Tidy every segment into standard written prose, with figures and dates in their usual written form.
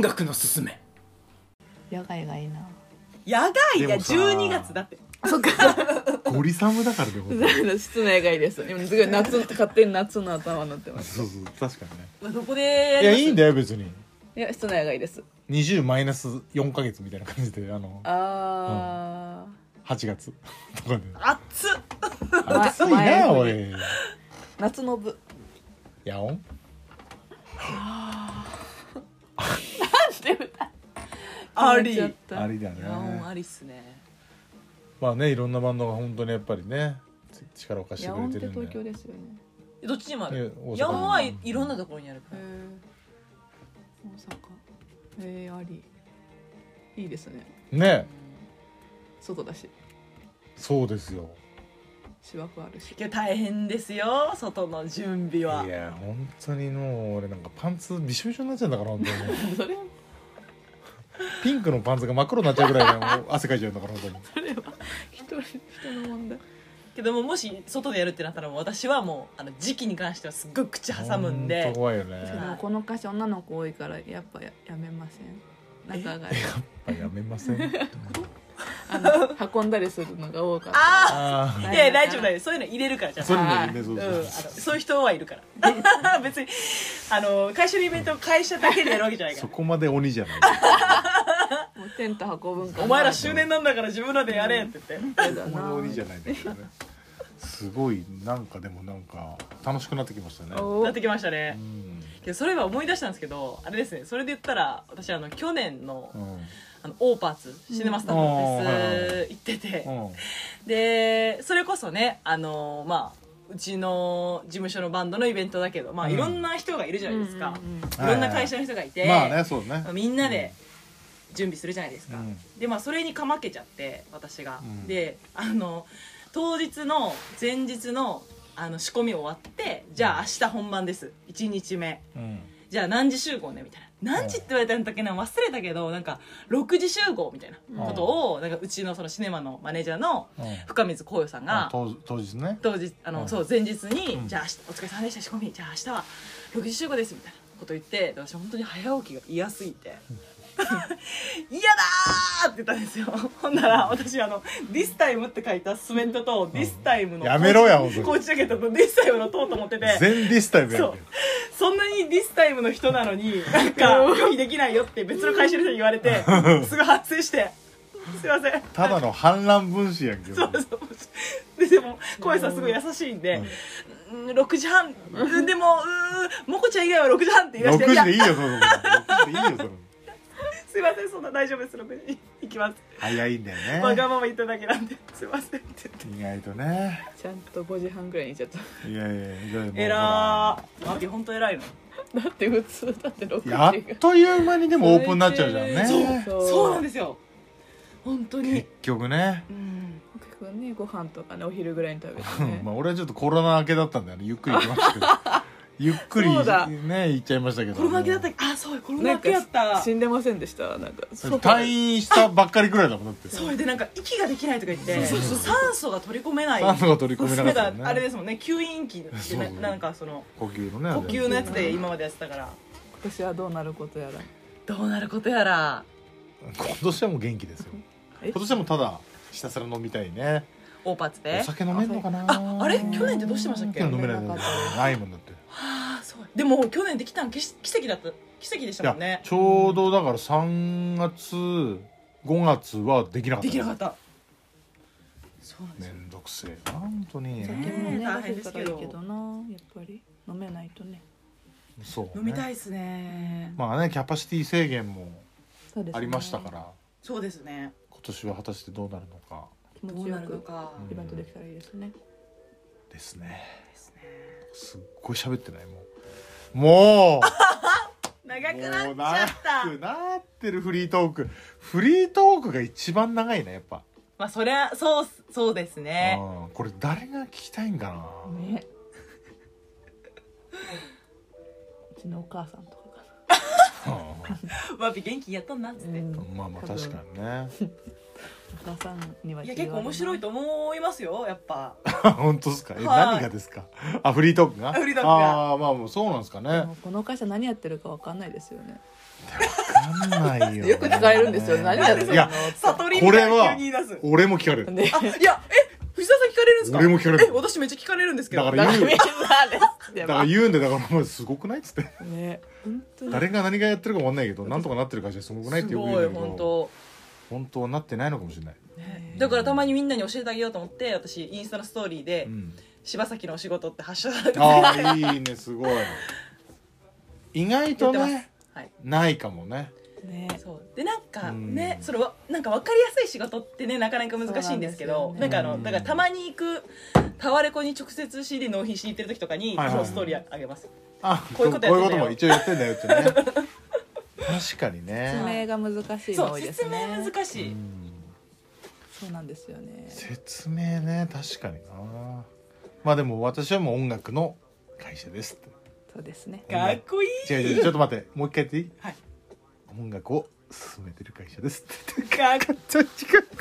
学のすすめ。 野外がいいな。 野外やでもさ 12月だって。 そっか。 ゴリ寒だからでも室内がいいです。今すごい夏、勝手に夏の頭になってます。 そうそう確かにね。 どこでやいやります？ いいんだよ別に。 いや室内がいいです。 20マイナス4ヶ月みたいな感じで8月とかで熱っ。 暑いなおい。 夏の部。 やおん。 なんで歌あり。 ありだね。 ありっすね。 まあねいろんなバンドが本当にやっぱりね力を貸してくれてるんで。 東京ですよね。 どっちにもある。 大阪ヤンはいろんなところにあるから。 大阪。あり。いいですね。 ね外だし。 そうですよ。 芝生あるし。 いや大変ですよ外の準備は。 いや本当にもう俺なんかパンツびしょびしょになっちゃうんだから本当に。 それはピンクのパンツが真っ黒になっちゃうぐらいもう汗かいちゃうんだから本当に。 それは人の問題。 けどもし外でやるってなったら私はもう時期に関してはすっごい口挟むんで。 本当怖いよでね。 もこの歌詞女の子多いからやっぱ やめません。仲がやめません。 運んだりするのが多かった。 ああ、 あいや大丈夫だよ。そういうの入れるからじゃん。 そういうのねそううん、 そうそういう人はいるから別に会社のイベントを会社だけでやるわけじゃないかそこまで鬼じゃない。 もうテント運ぶんからお前ら周年なんだから自分らでやれって言って、 そこまで鬼じゃないんだけどね。すごいなんかでもなんか楽しくなってきましたね。 なってきましたねう。んけどそれは思い出したんですけど、あれですね、それで言ったら私去年のうんオーパーツシネマスターのフェス行ってて、でそれこそねまあうちの事務所のバンドのイベントだけど、まあいろんな人がいるじゃないですか、いろんな会社の人がいて、 まあねそうね。 みんなで準備するじゃないですか、 うんでまあそれにかまけちゃって私が、 うんで当日の前日の仕込み終わって、じゃあ明日本番です1日目、 うんじゃあ何時集合ねみたいな、何時って言われたんだっけな、忘れたけどなんか6時集合みたいなことを、なんかうちのそのシネマのマネージャーの深水光代さんが当日ね。 当日そう前日に、 うんじゃあ明日お疲れ様でした仕込み、じゃあ明日は6時集合ですみたいなこと言って、私本当に早起きが嫌すぎて嫌だーって言ったんですよ。ほんなら私This time って書いたスメントと、This time のやめろや本当にコーチジャケットと This time のトート持ってて、 全ディスタイムやそうる。 そんなに This time の人なのになんか拒否できないよって別の会社の人に言われてすぐ反省してすいません。 ただの反乱分子やんけど。 そうでも小林さんすごい優しいんで、6時半でももこちゃん以外は6時半って言い出して、 6時でいいよその。6時でいいよその。 すいません、そんな大丈夫です、6時に行きます、 早いんだよね。 わがまま言っただけなんですいませんって意外とね。 ちゃんと5時半ぐらいに行っちゃっいやいやじゃあもうえらー、マキ本当偉いの。 た。だって普通だって6時やっという間にでもオープンになっちゃうじゃんね。 そうなんですよ本当に。 結局ね。 結構ね、ご飯とかねお昼ぐらいに食べてねまあ俺はちょっとコロナ明けだったんだよね。ゆっくり行きましたけど。ゆっくりそうだね行っちゃいましたけど。 コロナ明けだったっけ、あそうコロナ明けやった死んでませんでしたなんか退院したばっかりくらいだもんだって。 そうでなんか息ができないとか言って酸素が取り込めない、 酸素が取り込めなかったよね。 あれですもんね、吸引器でそうそうなんかその呼吸のね。 呼吸のやつで今までやってたから、 今年はどうなることやら。 どうなることやら。 今年はもう元気ですよ。今年はもうただひたすら飲みたいね。 オーパーツでお酒飲めんのかな。 あれ去年ってどうしてましたっけ。 去年飲めないないもんだって。 はあそうでも去年できたん奇跡だった、奇跡でしたもんね。 ちょうどだから3月5月はできなかった。 できなかった。そうなんですよ。 めんどくせえな本当に。 酒もね大出せ変ですけどたらいいけどな、やっぱり飲めないとね。 そうね。 飲みたいですね。 まあねキャパシティ制限もそうですねありましたから、 そうですね。 今年は果たしてどうなるのか気持どうなるのちよくかイベントできたらいいですね。 ですね。 ですね。 すっごい喋ってないもう長くもうなっちゃった。 長くなってるフリートークが一番長いねやっぱ。 まあそりゃそうですね。 これ誰が聞きたいんかな。 ね。うちのお母さんとかかワピ元気やったんなっつって。 な。 まあまあ確かにね。 お母さんにはいや結構面白いと思いますよやっぱ。 本当ですか。 はい何がですか。フリートークが。 フリートークがああまあもうそうなんですかね。 この会社何やってるかわかんないですよね。 分かんないよね。 よく聞かれるんですよ。何やってんのいや悟りみたいな急に言い出す。 俺も聞かれる。 ね。 いや藤沢さん聞かれるんですか？ 俺も聞かれる私めっちゃ聞かれるんですけど。 だからみんなです。 だから言うんで、だからお前すごくないっつってね、本当に。 誰が何がやってるか分かんないけど、なんとかなってる会社すごくないってすよく言ごいうんだけど、 本当。 本当はなってないのかもしれない。 だからたまにみんなに教えてあげようと思って私インスタのストーリーでうん、 柴崎のお仕事ってハッシュタグああいいね、すごい。意外と言ってますね、 はいないかもね。 ね。 そうでなんかねうんそれはなんか分かりやすい仕事ってねなかなか難しいんですけどそうなんですよねだからたまに行くタワレコに直接 CD 納品しに行ってる時とかにはいはいそのストーリーあげます。 あ、 こういうことやってんだよも一応やってんだよってね。確かに説ね。 明が難しいのそう多いです説ね。 明難しい。 うんそうなんですよね。 説明ね、確かにな。まあでも私はもう音楽の会社ですって。 そうですね。 かっこいい。 違うちょっと待って、もう一回言っていい？ はい。 音楽を進めてる会社ですって。 かっちょっと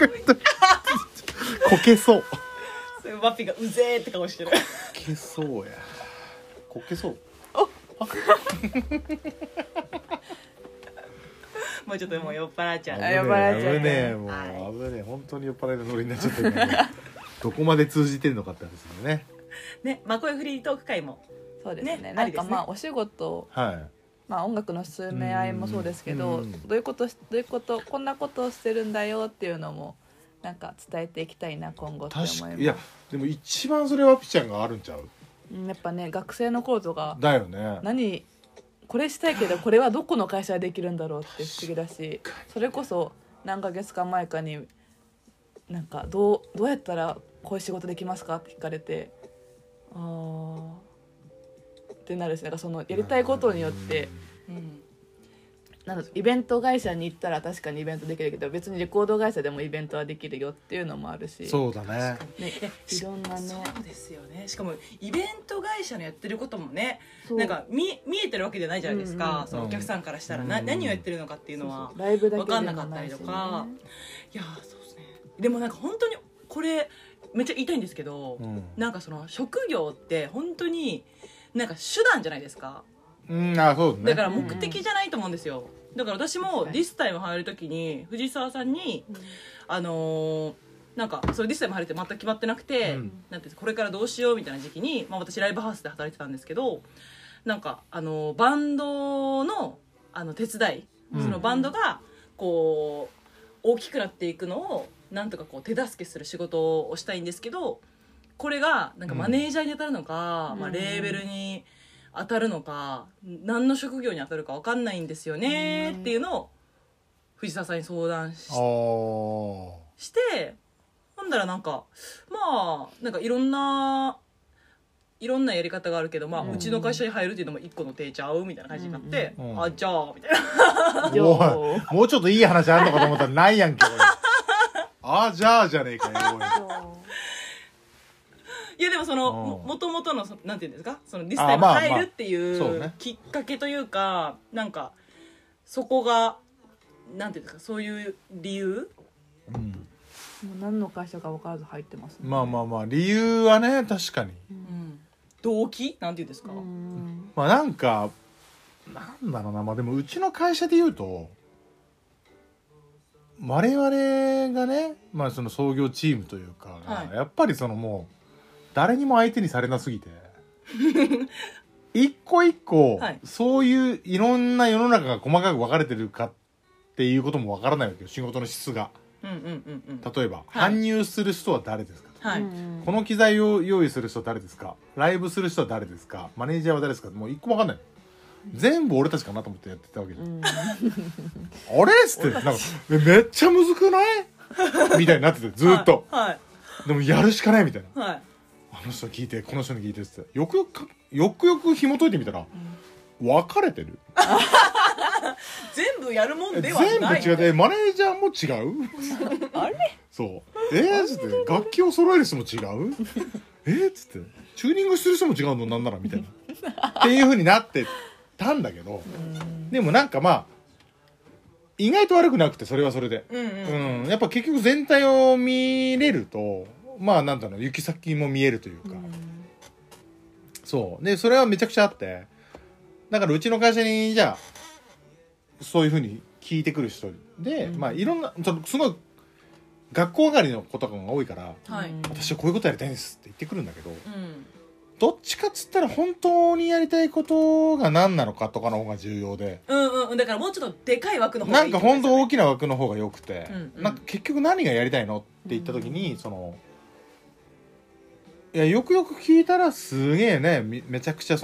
こけそう。 それワッピーがうぜーって顔してる。 こけそうや。こけそう。 もうちょっともう酔っ払っちゃう。 あ酔っ払っちゃう危ねえ、もう、 は危ねえ、本当に酔っ払いのノリになっちゃってるからどこまで通じてるのかって話ですよね。 ね、まあこういうフリートーク会もそうですね。 ねなんかありですねまあお仕事、 はい。 まあ音楽の進め合いもそうですけど、 うんどういうことこんなことをしてるんだよっていうのもなんか伝えていきたいな今後って思います。 確かいやでも一番それはピちゃんがあるんちゃう？ やっぱね学生の頃とかだよね。 これしたいけどこれはどこの会社でできるんだろうって不思議だし、それこそ何ヶ月か前かになんかどうやったらこういう仕事できますかって聞かれて、あーってなるし、なんかそのやりたいことによってうんなんだイベント会社に行ったら確かにイベントできるけど別にレコード会社でもイベントはできるよっていうのもあるし、 そうだね。 ね、いろんなねそうですよね。しかもイベント会社のやってることもねそうなんか見えてるわけじゃないじゃないですか、 うんそのお客さんからしたら、 うん何をやってるのかっていうのはライブだけでも分かんなかったりとないしねか、いやーそうですね。でもなんか本当にこれめっちゃ言いたいんですけど、なんかその職業って本当になんか手段じゃないですか。 あ、そうね。 だから目的じゃないと思うんですよ。だから私もディスタイム入るときに藤沢さんに、なんかそれディスタイム入るって全く決まってなくて、 うんなんてこれからどうしようみたいな時期に、まあ、私ライブハウスで働いてたんですけど、なんかバンドの手伝い、 うんそのバンドがこう大きくなっていくのをなんとかこう手助けする仕事をしたいんですけど、これがなんかマネージャーに当たるのか、 うんまあ、レーベルに当たるのか何の職業に当たるか分かんないんですよねっていうのを藤沢さんに相談しあーしてほんだらなんかまあなんかいろんなやり方があるけど、まあうんうちの会社に入るっていうのも一個の手ちゃうみたいな感じになって、 うんあじゃあみたいなじゃあおいもうちょっといい話あんのかと思ったらないやんけこれあじゃあじゃねえかよおいいやでもそのうんもともとのなんていうんですか、そのディスタイム入るっていうそうねきっかけというか、なんかそこがなんていうんですか、そういう理由、 うんもう何の会社か分からず入ってますね。 まあまあまあ理由はね確かに動機なんていうんですか、 まあなんかなんだろうな、まあでもうちの会社で言うと我々がね、まあその創業チームというか、 はいやっぱりそのもう誰にも相手にされなすぎて一個一個、 はいそういういろんな世の中が細かく分かれてるかっていうことも分からないわけよ、仕事の質が。 うんうんうんうん例えば、 はい搬入する人は誰ですかと、 はい、 この機材を用意する人は誰ですか、ライブする人は誰ですか、マネージャーは誰ですか、もう一個も分かんない。全部俺たちかなと思ってやってたわけじゃん、あれっつってなんかめっちゃむずくないみたいになっててずーっと、 はいでもやるしかないみたいな、 はいあの人に聞いてこの人に聞いてっつってよくよく紐解いてみたら、分かれてる、 全部やるもんでは全部ない違うでマネージャーも違うあれそうつって楽器を揃える人も違うつってチューニングする人も違うのなんならみたいなっていう風になってたんだけど、でもなんかまあ意外と悪くなくてそれはそれで、 うんうんやっぱ結局全体を見れるとまあなんだろう行き先も見えるというか、そうでそれはめちゃくちゃあって、だからうちの会社にじゃあそういうふうに聞いてくる人で、 うんまあいろんなすごい学校上がりの子とかが多いから、 はい、 私はこういうことやりたいんですって言ってくるんだけど、 うんどっちかっつったら本当にやりたいことが何なのかとかの方が重要で、 うんうん、だからもうちょっとでかい枠の方がいいなんか本当大ききな枠の方が良くて、 うんうんなんか結局何がやりたいのって言った時に、いやよくよく聞いたらすげえねめちゃくちゃ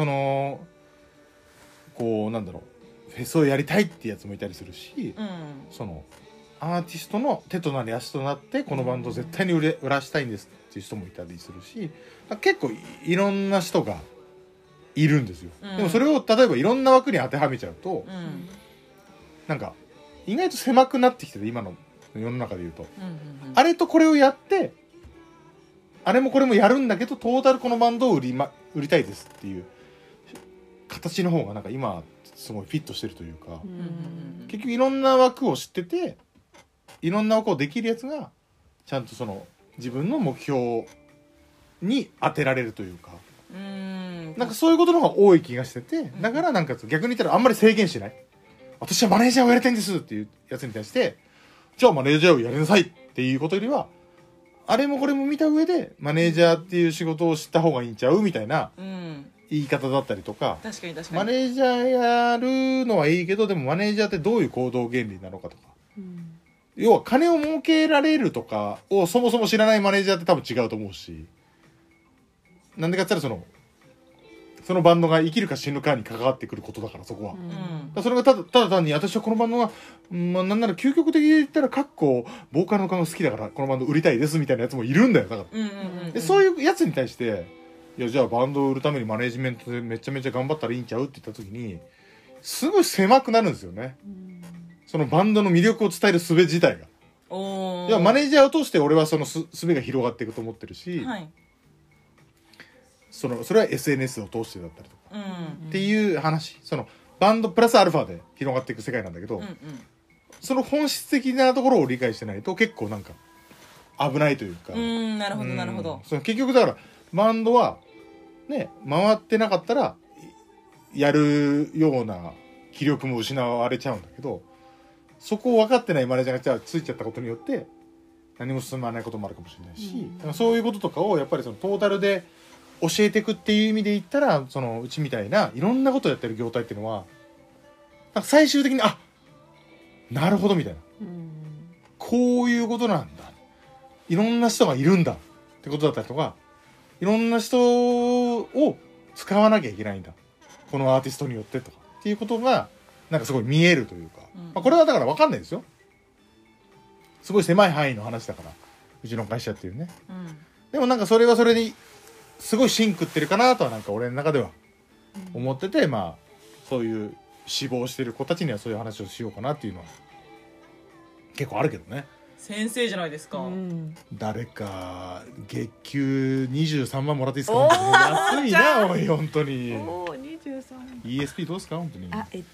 こうなんだろうフェスをやりたいってやつもいたりするし、 うんアーティストの手となり足となってこのバンドを絶対に売らしたいんですっていう人もいたりするし、結構いろんな人がいるんですよ、 うんでもそれを例えばいろんな枠に当てはめちゃうと、 うんなんか意外と狭くなってきてて、今の世の中でいうと、 うんあれとこれをやってあれもこれもやるんだけどトータルこのバンドを売りたいですっていう形の方がなんか今すごいフィットしてるというか、 うん結局いろんな枠を知ってていろんな枠をできるやつがちゃんと自分の目標に当てられるというか、 うんなんかそういうことの方が多い気がしてて、だからなんか逆に言ったらあんまり制限しない、私はマネージャーをやりたいんですっていうやつに対してじゃあマネージャーをやりなさいっていうことよりは、あれもこれも見た上でマネージャーっていう仕事を知った方がいいんちゃうみたいなうん言い方だったりとか、 確かに確かにマネージャーやるのはいいけどでもマネージャーってどういう行動原理なのかとか、 うん要は金を儲けられるとかをそもそも知らないマネージャーって多分違うと思うし、なんでかって言ったらそのバンドが生きるか死ぬかに関わってくることだからそこは、 うんだからそれがただ単に私はこのバンドが、まあ、なんなら究極的に言ったらボーカルの顔が好きだからこのバンド売りたいですみたいなやつもいるんだよ。だから、 うんうんでそういうやつに対していやじゃあバンドを売るためにマネージメントでめちゃめちゃ頑張ったらいいんちゃうって言った時にすごい狭くなるんですよね、そのバンドの魅力を伝える術自体が。 おいやマネーージャーを通して俺はその術が広がっていくと思ってるし、 はいそれは SNS を通してだったりとか、 うんっていう話、バンドプラスアルファで広がっていく世界なんだけど、 うんうんその本質的なところを理解してないと結構なんか危ないというか、 うんなるほどなるほど結局だからバンドはね回ってなかったらやるような気力も失われちゃうんだけど、そこを分かってないマネージャーがじゃあついちゃったことによって何も進まないこともあるかもしれないし、だからそういうこととかをやっぱりトータルで教えていくっていう意味で言ったらうちみたいないろんなことをやってる業態っていうのはなんか最終的になるほどみたいな、こういうことなんだ、いろんな人がいるんだってことだったりとか、いろんな人を使わなきゃいけないんだこのアーティストによってとかっていうことがなんかすごい見えるというか、これはだから分かんないですよ、すごい狭い範囲の話だからうちの会社っていうね、でもなんかそれはそれですごい芯食ってるかなとはなんか俺の中では思ってて、まあそういう志望してる子たちにはそういう話をしようかなっていうのは結構あるけどね。 先生じゃないですか、 誰か月給23万もらっていいですか？安いなおい本当に。 おー23 ESP どうですか本当に。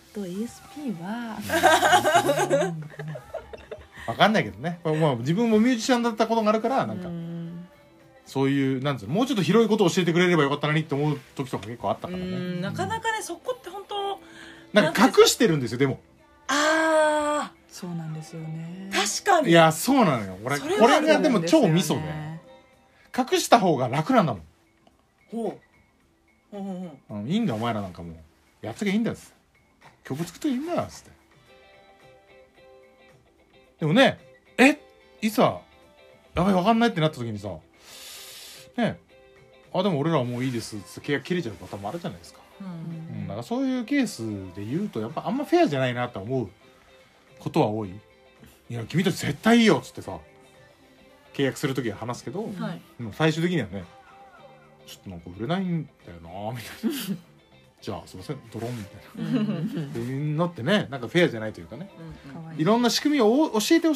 ESP は分かんないけどね、まあ、自分もミュージシャンだったことがあるからなんかそういうなんつうのもうちょっと広いことを教えてくれればよかったのにって思う時とか結構あったからね。 なかなかねそこって本当なんか隠してるんですよでも。 あそうなんですよね。 確かにいやそうなのよこれがでも超ミソで、隠した方が楽なんだもん。 ほういいんだよお前らなんかもうやっつけいいんだよっつって曲作っていいんだよっつって。でもねいざやばい分かんないってなった時にさねでも俺らはもういいですっつって契約切れちゃうパターンもあるじゃないですか。だからそういうケースで言うとやっぱあんまフェアじゃないなと思うことは多い。いや君たち絶対いいよっつってさ契約する時は話すけど、でも最終的にはねちょっとなんか売れないんだよなみたいなじゃあすいませんドロンみたいなっていうのってねなんかフェアじゃないというかね、いろんな仕組みを教えて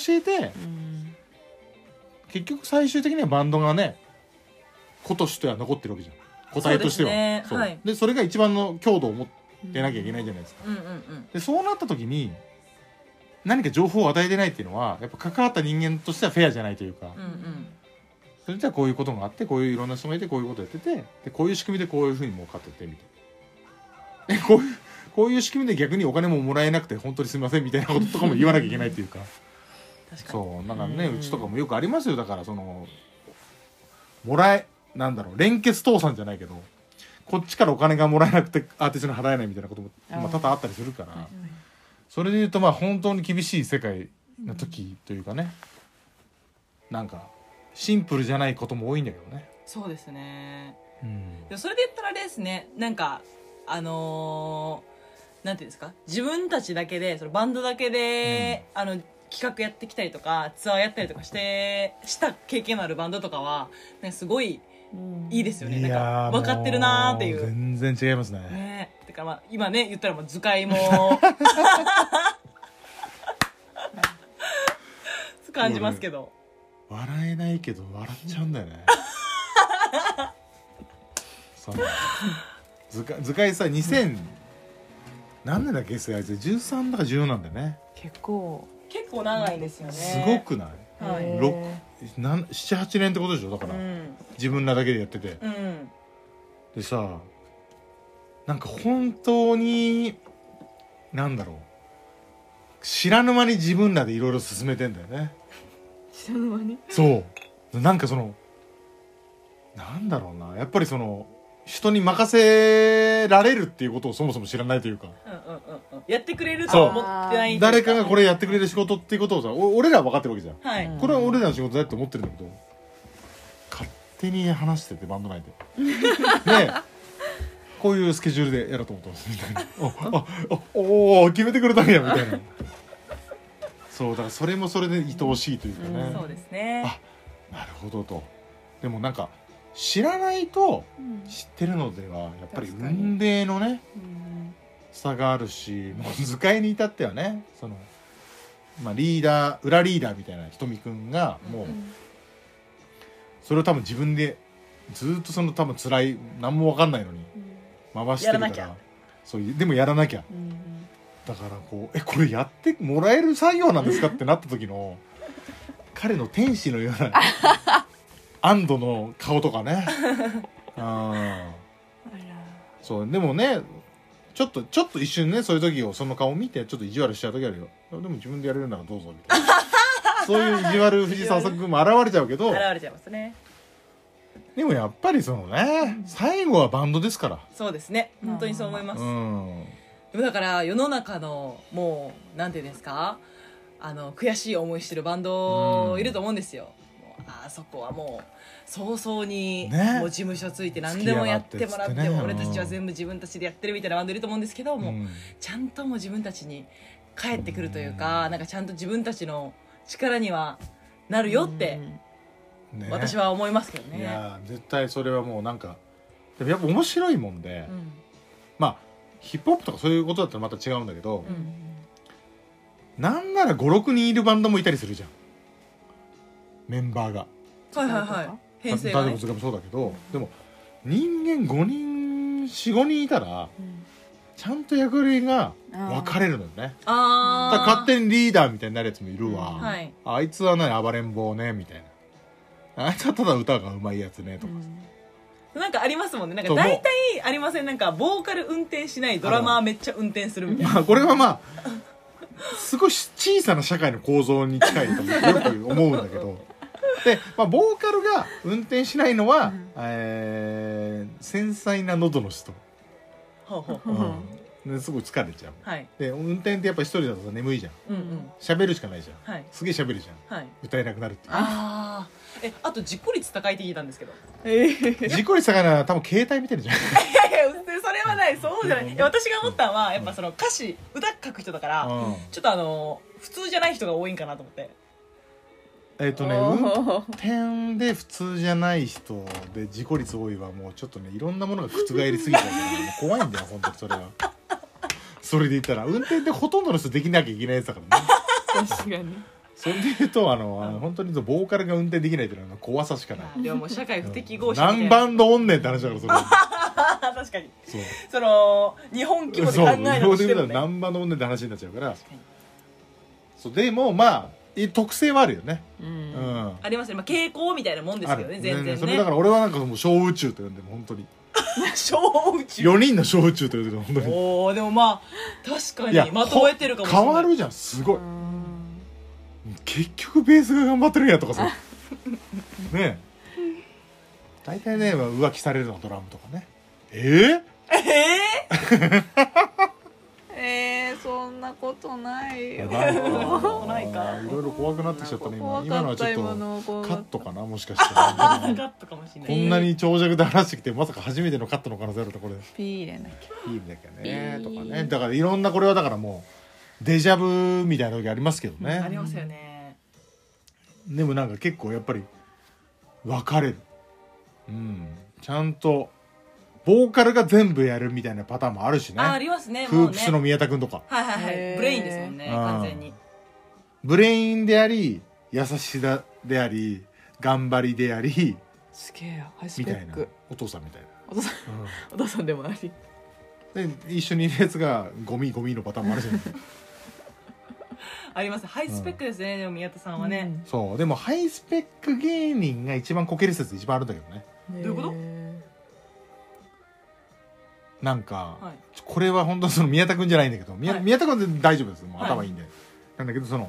結局最終的にはバンドがね子としては残ってるわけじゃん、個体としては。そうでそれが一番の強度を持ってなきゃいけないじゃないですか。でそうなった時に何か情報を与えてないっていうのはやっぱ関わった人間としてはフェアじゃないというか、それじゃあこういうことがあってこういういろんな人がいてこういうことやっててでこういう仕組みでこういうふうに儲かっててみたいなここういう仕組みで逆にお金ももらえなくて本当にすみませんみたいなこととかも言わなきゃいけないっていうか確かにそうなんかねうちとかもよくありますよ。だからそのもらえなんだろう連結倒産じゃないけどこっちからお金がもらえなくてアーティストに払えないみたいなこともまあ多々あったりするからそれで言うとまあ本当に厳しい世界の時というかねなんかシンプルじゃないことも多いんだけどね。 そうですね。 うんでもそれで言ったらあれですね、なんかなんていうんですか、自分たちだけでそのバンドだけで、企画やってきたりとかツアーやったりとかした経験のあるバンドとかはなんかすごいいいですよね。 いなんやーか分かってるなーっていうもう全然違いますね。 ね。だからまあ今ね言ったらもう図解も感じますけど笑えないけど笑っちゃうんだよねそう図解さ2000何年だっけあいつ13だか14なんだよね。 結構結構長いですよね。 すごくないはい 7,8年ってことでしょ。だから、自分らだけでやってて、でさなんか本当になんだろう知らぬ間に自分らでいろいろ進めてんだよね。 知らぬ間にそうなんかそのなんだろうなやっぱりその人に任せられるっていうことをそもそも知らないというか、 やってくれると思ってない誰かがこれやってくれる仕事っていうことをさ俺らは分かってるわけじゃん、 はい、 これは俺らの仕事だって思ってるんだけど勝手に話しててバンド内ででこういうスケジュールでやろうと思ってますみたいなお決めてくれたんやみたいなそうだからそれもそれで愛おしいというかね、 そうですね。 あなるほどと。でもなんか知らないと知ってるのではやっぱり運命のね差があるしもう図解に至ってはねその、まあ、リーダー裏リーダーみたいなひとみくんがもうそれを多分自分でずっとその多分辛い何も分かんないのに回してるからそうでもやらなきゃだからこうこれやってもらえる作業なんですかってなった時の彼の天使のような安堵の顔とかねそうでもねちょっと一瞬ねそういう時をその顔を見てちょっと意地悪しちゃう時あるよ。でも自分でやれるならどうぞみたいなそういう意地悪藤沢作君も現れちゃうけど現れちゃいますね。 でもやっぱりそのね最後はバンドですから。 そうですね本当にそう思います。でもだから世の中のもうなんていうんですか悔しい思いしてるバンドいると思うんですよ。あそこはもう早々にもう事務所ついて何でもやってもらって俺たちは全部自分たちでやってるみたいなバンドいると思うんですけどもちゃんともう自分たちに返ってくるというかなんかちゃんと自分たちの力にはなるよって私は思いますけどね。 いや絶対それはもうなんかでもやっぱ面白いもんでまあヒップホップとかそういうことだったらまた違うんだけどなんなら 5,6 人いるバンドもいたりするじゃんメンバーが。 はいはいはい編成がね。 もそうだけどでも人間5人 4,5 人いたらちゃんと役割が分かれるのよね。だから勝手にリーダーみたいになるやつもいるわ、あいつは何暴れん坊ねみたいなあいつはただ歌がうまいやつねとかなんかありますもんね。なんか大体ありませんなんかボーカル運転しないドラマーめっちゃ運転するみたいな。 まあこれはまあすごい小さな社会の構造に近いとよく思うんだけどで、まあ、ボーカルが運転しないのは、繊細な喉の人ですごい疲れちゃう、で運転ってやっぱ一人だと眠いじゃん喋るしかないじゃん、すげえ喋るじゃん、歌えなくなるっていう。 あと自己率高いって聞いたんですけど自己率高いのは多分携帯見てるじゃんいやそれはないそうじゃない私が思ったのはやっぱその歌詞歌書く人だからちょっと普通じゃない人が多いんかなと思って運転で普通じゃない人で事故率多いはもうちょっとねいろんなものが覆りすぎちゃうからもう怖いんだよ本当にそれはそれで言ったら運転でほとんどの人できなきゃいけないやつだからね確かにそれで言うと本当にボーカルが運転できないっていうのは怖さしかない。 でももう社会不適合者みたいな何バンドおんねんって話だからそれ確かにその日本規模で考えるとしてもね何バンドおんねんって話になっちゃうからそうでもまあ特性はあるよねありますね傾向みたいなもんですけどね全然ねそれだから俺はなんかもう小宇宙と呼んでも本当に小宇宙 4人の小宇宙ということで本当におおでもまあ確かいやにまとえてるかもしれない変わるじゃんすごいうん結局ベースが頑張ってるんやとかさねえ大体ね浮気されるのドラムとかねそんなことないよ。 ないかないかいろいろ怖くなってきちゃったね怖今のはちょっと今の怖かったカットかなもしかしてガットかもしれないこんなに長尺で話してきてまさか初めてのカットの可能性あるとこれピー入れなきゃ。 いいんだけどねとかねだからいろんなこれはだからもうデジャブみたいな時ありますけどねありますよねでもなんか結構やっぱり分かれるうんちゃんとボーカルが全部やるみたいなパターンもあるしねありますねフープスのもうね宮田くんとかはいはいはいブレインですもんねうん完全にブレインであり優しさであり頑張りでありすげえよハイスみたいなペック。 お父さんみたいな、 お父さんお父さんでもあり。 で一緒にいるやつがゴミのパターンもあるじゃないありますハイスペックですねでも宮田さんはねそうでもハイスペック芸人が一番こける説一番あるんだけどねどういうことなんか、 はいこれは本当にその宮田くんじゃないんだけど、 はい宮田くんって大丈夫ですもう頭いいんで、なんだけどその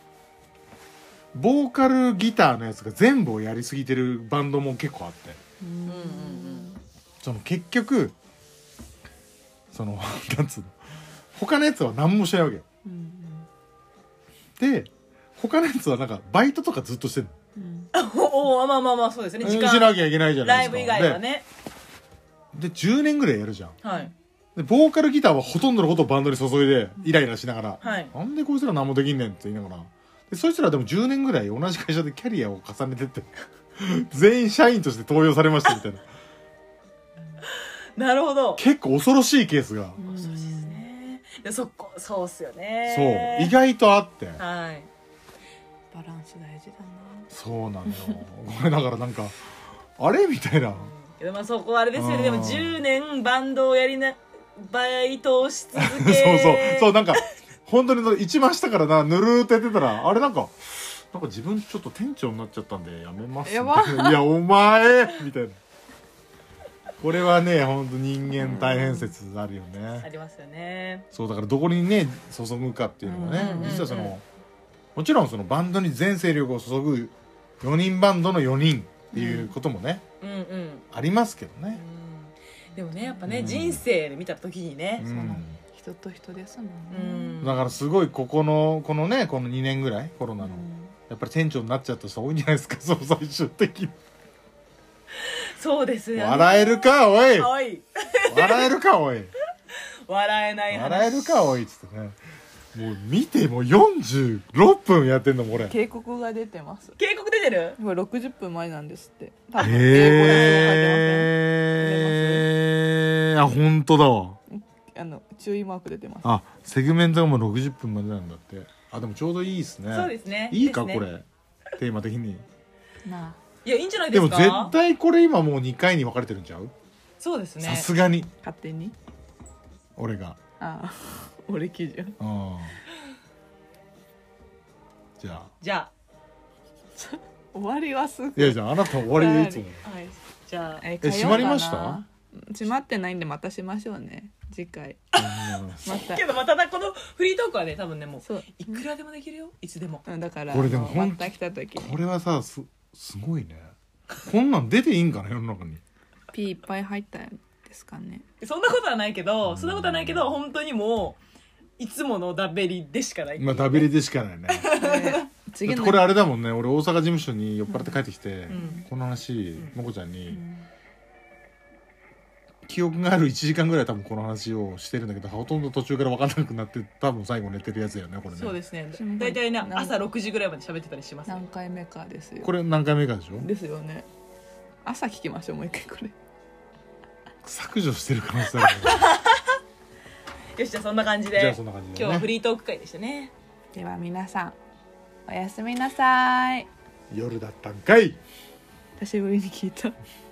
ボーカルギターのやつが全部をやりすぎてるバンドも結構あってうんその結局そのなんつうの他のやつは何もしないわけようんで他のやつはなんかバイトとかずっとしてるうんおおまあまあまあそうですね時間しなきゃいけないじゃないですかライブ以外はねで10年ぐらいやるじゃんはいでボーカルギターはほとんどのことをバンドに注いでイライラしながら、 はいなんでこいつら何もできんねんって言いながらでそいつらでも10年ぐらい同じ会社でキャリアを重ねてって全員社員として登用されましたみたいななるほど結構恐ろしいケースが、 うんそうですねいやそうっすよねそう意外とあってはいバランス大事だな。 そうなのよこれだからなんかあれみたいなけどまあそこはあれですよねうんでも10年バンドをやりなバイトをし続そうけそうなんか本当に一番下からなぬるーってやってたらあれなんか自分ちょっと店長になっちゃったんでやめますやばみたいないやお前みたいなこれはね本当人間大変説あるよあねりますよねそうだからどこにね注ぐかっていうのがねうん実はそのもちろんそのバンドに全勢力を注ぐ4人バンドの4人っていうこともねうんうんありますけどねでもねやっぱね、 うん人生で見た時にねう、 そうなんん人と人ですもんね。 だからすごいこの2年ぐらいコロナのやっぱり店長になっちゃった人多いんじゃないですかその最終的にそうですよね笑えるかおいおい笑えるかおい笑えない話笑えるかおいっつってねもう見てもう46分やってんのこれ警告が出てます。 警告出てるこれ60分前なんですって。多分英語でそう書いてあ本当だわません。注意マーク出てます。 あセグメントがもう60分までなんだってあでもちょうどいいですねそうですねいいかですねこれテーマ的になあいやいいんじゃないででもすか絶対これ今もう2回に分かれてるんちゃうそうですねさすがに勝手に。 俺がああ俺基準。 うんじゃあじゃ終わりはすぐ。 いやじゃああなた終わりでいつもあはいじゃあ閉まりました閉まってないんでまたしましょうね次回またけどまたこのフリートークはね多分ねもうそういくらでもできるよいつでもだからこれでもほんまた来た時にこれはさすごいねこんなん出ていいんかな世の中にピーいっぱい入ったんですかねそんなことはないけど本当にもういつものダベリでしかないまあダベリでしかないね次のこれあれだもんね俺大阪事務所に酔っ払って帰ってきて、 んこの話んもこちゃんに、 うん記憶がある1時間ぐらい多分この話をしてるんだけどほとんど途中から分からなくなって多分最後寝てるやつだよねこれねそうですね私も大体ねなん朝6時ぐらいまで喋ってたりしますね何回目かですよこれ何回目かでしょですよね朝聞きましょうもう一回これ削除してる可能性あるねよしじゃあそんな感じでじゃあそんな感じでね今日はフリートーク会でしたねでは皆さんおやすみなさい夜だったんかい久しぶりに聞いた